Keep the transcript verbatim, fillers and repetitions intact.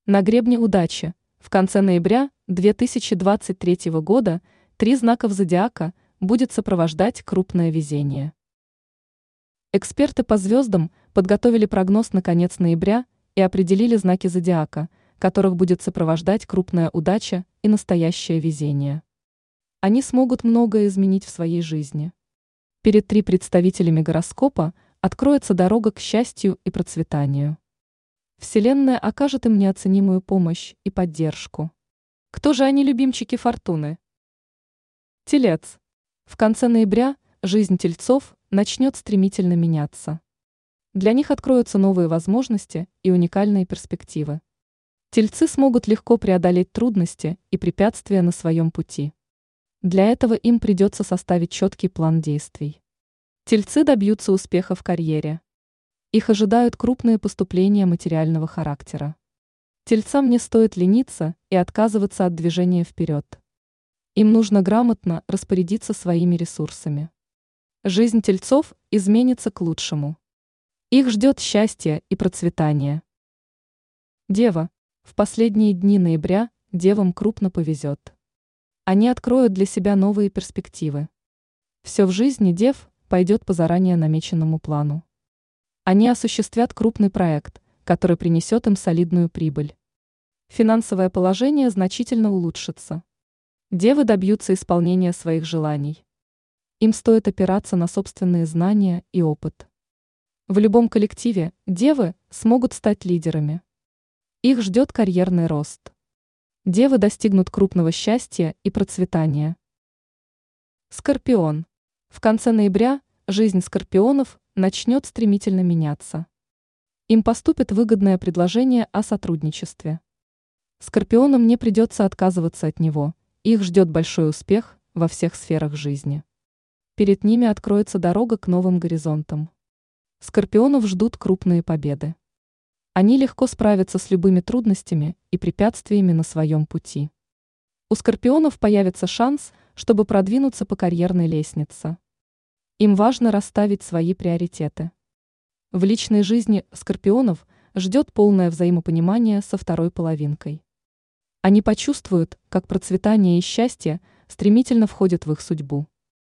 На гребне удачи. В конце ноября две тысячи двадцать третьего года три знаков зодиака будет сопровождать крупное везение. Эксперты по звездам подготовили прогноз на конец ноября и определили знаки зодиака, которых будет сопровождать крупная удача и настоящее везение. Они смогут многое изменить в своей жизни. Перед три представителями гороскопа откроется дорога к счастью и процветанию. Вселенная окажет им неоценимую помощь и поддержку. Кто же они, любимчики фортуны? Телец. В конце ноября жизнь тельцов начнет стремительно меняться. Для них откроются новые возможности и уникальные перспективы. Тельцы смогут легко преодолеть трудности и препятствия на своем пути. Для этого им придется составить четкий план действий. Тельцы добьются успеха в карьере. Их ожидают крупные поступления материального характера. Тельцам не стоит лениться и отказываться от движения вперед. Им нужно грамотно распорядиться своими ресурсами. Жизнь тельцов изменится к лучшему. Их ждет счастье и процветание. Дева. В последние дни ноября девам крупно повезет. Они откроют для себя новые перспективы. Все в жизни дев пойдет по заранее намеченному плану. Они осуществят крупный проект, который принесет им солидную прибыль. Финансовое положение значительно улучшится. Девы добьются исполнения своих желаний. Им стоит опираться на собственные знания и опыт. В любом коллективе девы смогут стать лидерами. Их ждет карьерный рост. Девы достигнут крупного счастья и процветания. Скорпион. В конце ноября жизнь скорпионов начнет стремительно меняться. Им поступит выгодное предложение о сотрудничестве. Скорпионам не придется отказываться от него, их ждет большой успех во всех сферах жизни. Перед ними откроется дорога к новым горизонтам. Скорпионов ждут крупные победы. Они легко справятся с любыми трудностями и препятствиями на своем пути. У скорпионов появится шанс, чтобы продвинуться по карьерной лестнице. Им важно расставить свои приоритеты. В личной жизни скорпионов ждет полное взаимопонимание со второй половинкой. Они почувствуют, как процветание и счастье стремительно входят в их судьбу.